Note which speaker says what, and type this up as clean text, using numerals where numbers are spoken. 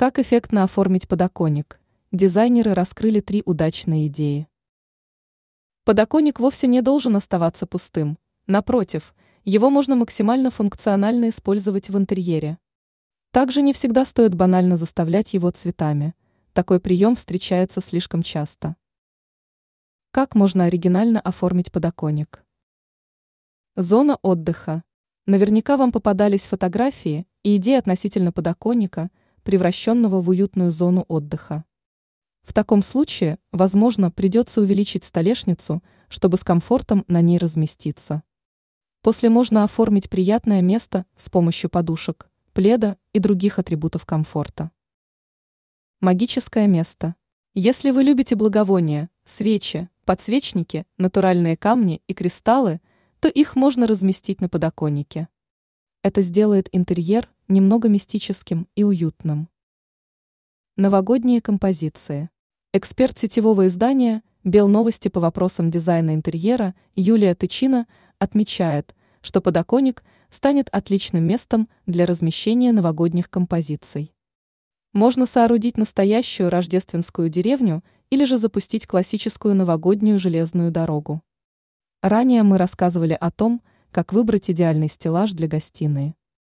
Speaker 1: Как эффектно оформить подоконник? Дизайнеры раскрыли 3 удачные идеи. Подоконник вовсе не должен оставаться пустым. Напротив, его можно максимально функционально использовать в интерьере. Также не всегда стоит банально заставлять его цветами. Такой прием встречается слишком часто. Как можно оригинально оформить подоконник? Зона отдыха. Наверняка вам попадались фотографии и идеи относительно подоконника, превращенного в уютную зону отдыха. В таком случае, возможно, придется увеличить столешницу, чтобы с комфортом на ней разместиться. После можно оформить приятное место с помощью подушек, пледа и других атрибутов комфорта. Магическое место. Если вы любите благовония, свечи, подсвечники, натуральные камни и кристаллы, то их можно разместить на подоконнике. Это сделает интерьер немного мистическим и уютным. Новогодние композиции. Эксперт сетевого издания «Белновости» по вопросам дизайна интерьера Юлия Тычина отмечает, что подоконник станет отличным местом для размещения новогодних композиций. Можно соорудить настоящую рождественскую деревню или же запустить классическую новогоднюю железную дорогу. Ранее мы рассказывали о том, как выбрать идеальный стеллаж для гостиной.